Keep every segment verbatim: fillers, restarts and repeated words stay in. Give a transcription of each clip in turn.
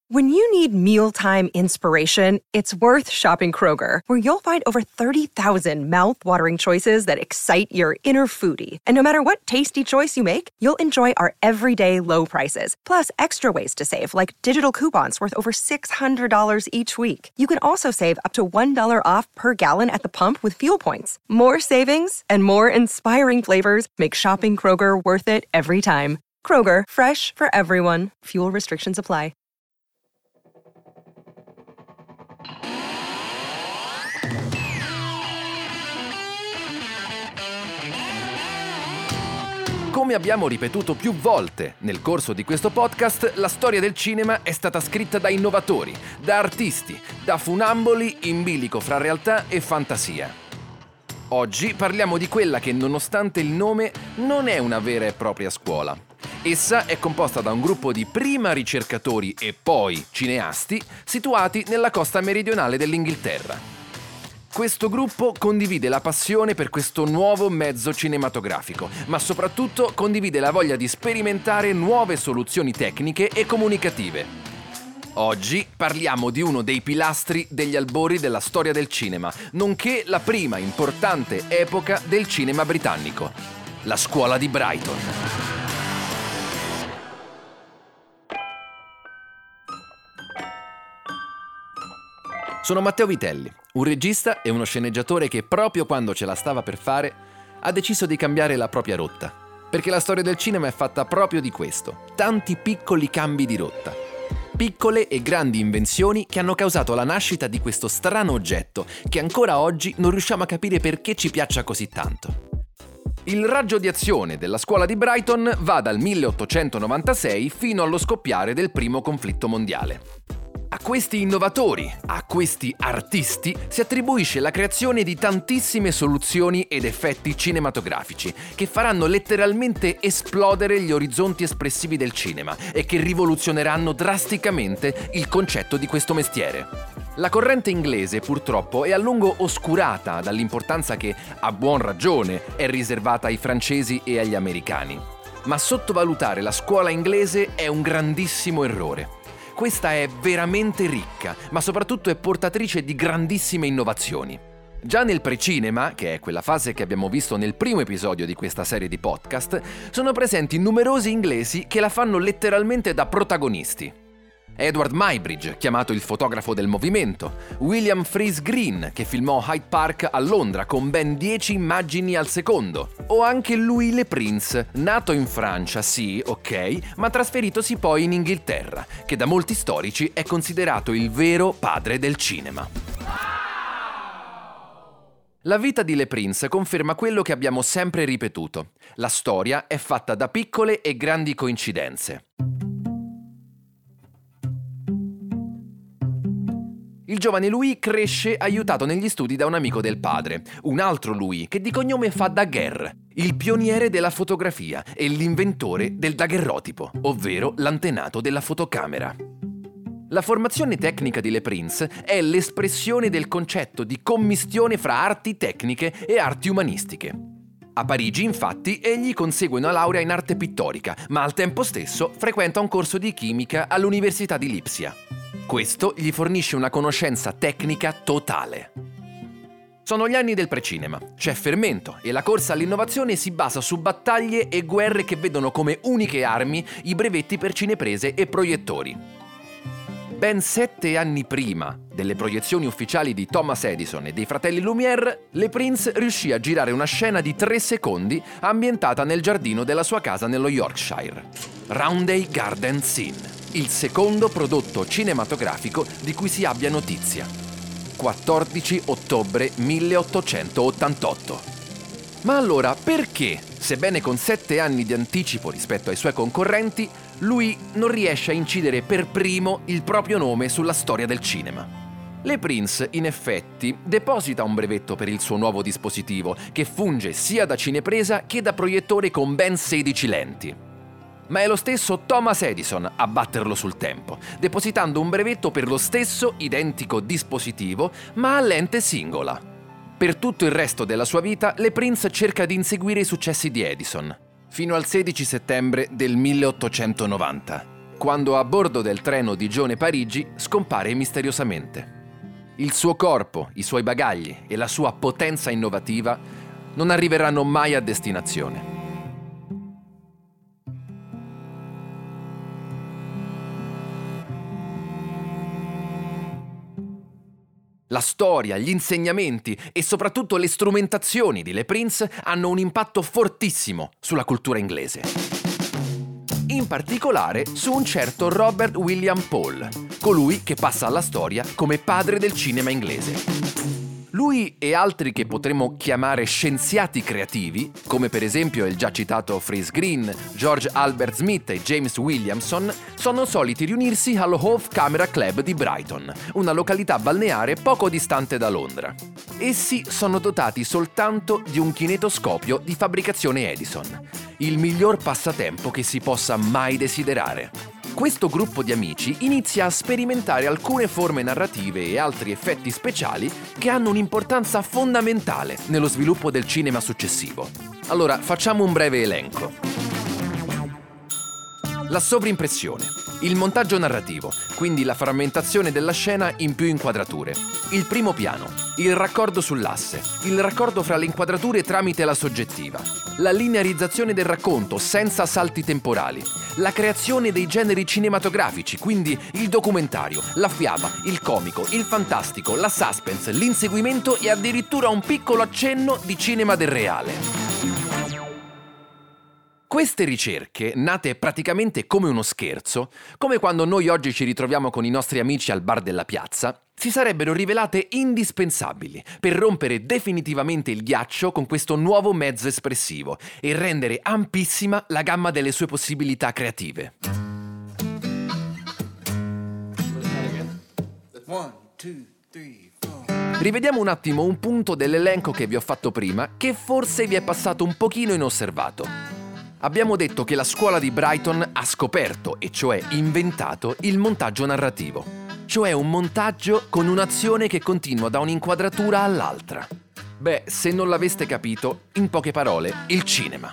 When you need mealtime inspiration, it's worth shopping Kroger, where you'll find over thirty thousand mouth-watering choices that excite your inner foodie. And no matter what tasty choice you make, you'll enjoy our everyday low prices, plus extra ways to save, like digital coupons worth over six hundred dollars each week. You can also save up to one dollar off per gallon at the pump with fuel points. More savings and more inspiring flavors make shopping Kroger worth it every time. Kroger, fresh for everyone. Fuel restrictions apply. Come abbiamo ripetuto più volte nel corso di questo podcast, la storia del cinema è stata scritta da innovatori, da artisti, da funamboli in bilico fra realtà e fantasia. Oggi parliamo di quella che, nonostante il nome, non è una vera e propria scuola. Essa è composta da un gruppo di prima ricercatori e poi cineasti situati nella costa meridionale dell'Inghilterra. Questo gruppo condivide la passione per questo nuovo mezzo cinematografico, ma soprattutto condivide la voglia di sperimentare nuove soluzioni tecniche e comunicative. Oggi parliamo di uno dei pilastri degli albori della storia del cinema, nonché la prima importante epoca del cinema britannico, la scuola di Brighton. Sono Matteo Vitelli, un regista e uno sceneggiatore che proprio quando ce la stava per fare ha deciso di cambiare la propria rotta. Perché la storia del cinema è fatta proprio di questo, tanti piccoli cambi di rotta. Piccole e grandi invenzioni che hanno causato la nascita di questo strano oggetto che ancora oggi non riusciamo a capire perché ci piaccia così tanto. Il raggio di azione della scuola di Brighton va dal milleottocentonovantasei fino allo scoppiare del primo conflitto mondiale. A questi innovatori, a questi artisti, si attribuisce la creazione di tantissime soluzioni ed effetti cinematografici che faranno letteralmente esplodere gli orizzonti espressivi del cinema e che rivoluzioneranno drasticamente il concetto di questo mestiere. La corrente inglese, purtroppo, è a lungo oscurata dall'importanza che, a buon ragione, è riservata ai francesi e agli americani. Ma sottovalutare la scuola inglese è un grandissimo errore. Questa è veramente ricca, ma soprattutto è portatrice di grandissime innovazioni. Già nel precinema, che è quella fase che abbiamo visto nel primo episodio di questa serie di podcast, sono presenti numerosi inglesi che la fanno letteralmente da protagonisti. Edward Muybridge, chiamato il fotografo del movimento, William Freeze Green, che filmò Hyde Park a Londra con ben dieci immagini al secondo, o anche Louis Le Prince, nato in Francia, sì, ok, ma trasferitosi poi in Inghilterra, che da molti storici è considerato il vero padre del cinema. La vita di Le Prince conferma quello che abbiamo sempre ripetuto: la storia è fatta da piccole e grandi coincidenze. Il giovane Louis cresce aiutato negli studi da un amico del padre, un altro Louis che di cognome fa Daguerre, il pioniere della fotografia e l'inventore del daguerrotipo, ovvero l'antenato della fotocamera. La formazione tecnica di Le Prince è l'espressione del concetto di commistione fra arti tecniche e arti umanistiche. A Parigi, infatti, egli consegue una laurea in arte pittorica, ma al tempo stesso frequenta un corso di chimica all'Università di Lipsia. Questo gli fornisce una conoscenza tecnica totale. Sono gli anni del precinema, c'è fermento e la corsa all'innovazione si basa su battaglie e guerre che vedono come uniche armi i brevetti per cineprese e proiettori. Ben sette anni prima delle proiezioni ufficiali di Thomas Edison e dei fratelli Lumière, Le Prince riuscì a girare una scena di tre secondi ambientata nel giardino della sua casa nello Yorkshire. Roundhay Garden Scene, il secondo prodotto cinematografico di cui si abbia notizia. quattordici ottobre milleottocentottantotto. Ma allora perché, sebbene con sette anni di anticipo rispetto ai suoi concorrenti, lui non riesce a incidere per primo il proprio nome sulla storia del cinema? Le Prince, in effetti, deposita un brevetto per il suo nuovo dispositivo, che funge sia da cinepresa che da proiettore con ben sedici lenti. Ma è lo stesso Thomas Edison a batterlo sul tempo, depositando un brevetto per lo stesso identico dispositivo, ma a lente singola. Per tutto il resto della sua vita, Le Prince cerca di inseguire i successi di Edison, fino al sedici settembre del milleottocentonovanta. quando a bordo del treno Digione-Parigi scompare misteriosamente. Il suo corpo, i suoi bagagli e la sua potenza innovativa non arriveranno mai a destinazione. La storia, gli insegnamenti e soprattutto le strumentazioni di Le Prince hanno un impatto fortissimo sulla cultura inglese. In particolare su un certo Robert William Paul, colui che passa alla storia come padre del cinema inglese. Lui e altri che potremmo chiamare scienziati creativi, come per esempio il già citato Friz Green, George Albert Smith e James Williamson, sono soliti riunirsi allo Hove Camera Club di Brighton, una località balneare poco distante da Londra. Essi sono dotati soltanto di un kinetoscopio di fabbricazione Edison, il miglior passatempo che si possa mai desiderare. Questo gruppo di amici inizia a sperimentare alcune forme narrative e altri effetti speciali che hanno un'importanza fondamentale nello sviluppo del cinema successivo. Allora, facciamo un breve elenco. La sovrimpressione, il montaggio narrativo, quindi la frammentazione della scena in più inquadrature, il primo piano, il raccordo sull'asse, il raccordo fra le inquadrature tramite la soggettiva, la linearizzazione del racconto senza salti temporali, la creazione dei generi cinematografici, quindi il documentario, la fiaba, il comico, il fantastico, la suspense, l'inseguimento e addirittura un piccolo accenno di cinema del reale. Queste ricerche, nate praticamente come uno scherzo, come quando noi oggi ci ritroviamo con i nostri amici al bar della piazza, si sarebbero rivelate indispensabili per rompere definitivamente il ghiaccio con questo nuovo mezzo espressivo e rendere ampissima la gamma delle sue possibilità creative. One, two, three, four. Rivediamo un attimo un punto dell'elenco che vi ho fatto prima, che forse vi è passato un pochino inosservato. Abbiamo detto che la scuola di Brighton ha scoperto, e cioè inventato, il montaggio narrativo, cioè un montaggio con un'azione che continua da un'inquadratura all'altra. Beh, se non l'aveste capito, in poche parole, il cinema.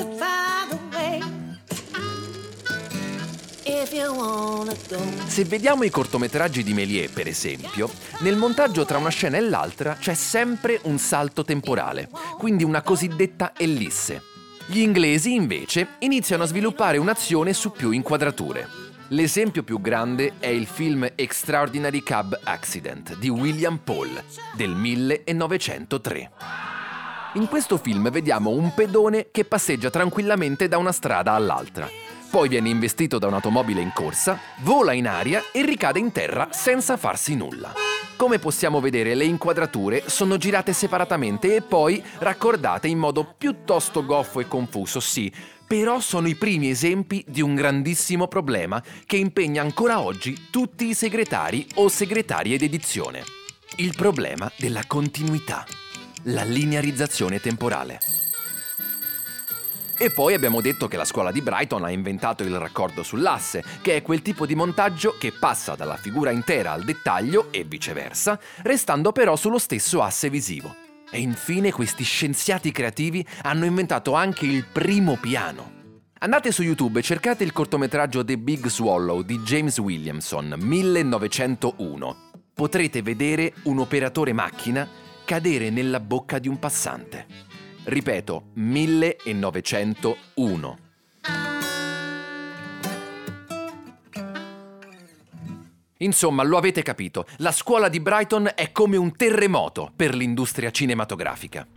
Se vediamo i cortometraggi di Méliès, per esempio, nel montaggio tra una scena e l'altra c'è sempre un salto temporale, quindi una cosiddetta ellisse. Gli inglesi, invece, iniziano a sviluppare un'azione su più inquadrature. L'esempio più grande è il film Extraordinary Cab Accident di William Paul, del millenovecentotre. In questo film vediamo un pedone che passeggia tranquillamente da una strada all'altra. Poi viene investito da un'automobile in corsa, vola in aria e ricade in terra senza farsi nulla. Come possiamo vedere, le inquadrature sono girate separatamente e poi raccordate in modo piuttosto goffo e confuso, sì, però sono i primi esempi di un grandissimo problema che impegna ancora oggi tutti i segretari o segretarie d'edizione. Il problema della continuità, la linearizzazione temporale. E poi abbiamo detto che la scuola di Brighton ha inventato il raccordo sull'asse, che è quel tipo di montaggio che passa dalla figura intera al dettaglio e viceversa, restando però sullo stesso asse visivo. E infine questi scienziati creativi hanno inventato anche il primo piano. Andate su YouTube e cercate il cortometraggio The Big Swallow di James Williamson, millenovecentouno. Potrete vedere un operatore macchina cadere nella bocca di un passante. Ripeto, millenovecentouno. Insomma, lo avete capito, la scuola di Brighton è come un terremoto per l'industria cinematografica.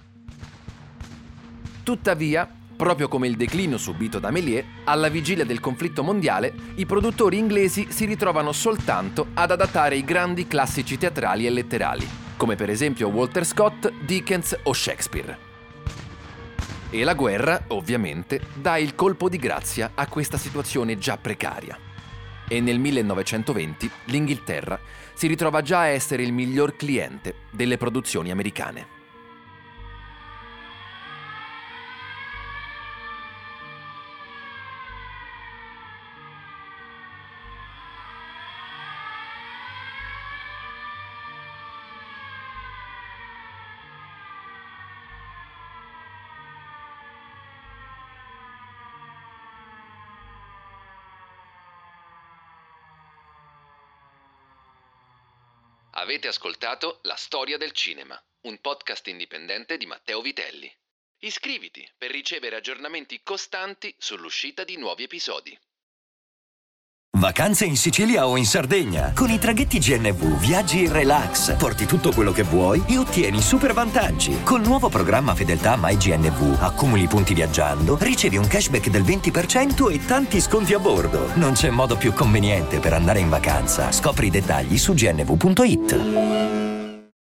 Tuttavia, proprio come il declino subito da Méliès, alla vigilia del conflitto mondiale, i produttori inglesi si ritrovano soltanto ad adattare i grandi classici teatrali e letterali, come per esempio Walter Scott, Dickens o Shakespeare. E la guerra, ovviamente, dà il colpo di grazia a questa situazione già precaria. E nel millenovecentoventi l'Inghilterra si ritrova già a essere il miglior cliente delle produzioni americane. Avete ascoltato La Storia del Cinema, un podcast indipendente di Matteo Vitelli. Iscriviti per ricevere aggiornamenti costanti sull'uscita di nuovi episodi. Vacanze in Sicilia o in Sardegna. Con i traghetti G N V viaggi in relax, porti tutto quello che vuoi e ottieni super vantaggi. Col nuovo programma Fedeltà MyGNV accumuli punti viaggiando, ricevi un cashback del venti per cento e tanti sconti a bordo. Non c'è modo più conveniente per andare in vacanza. Scopri i dettagli su gnv punto it.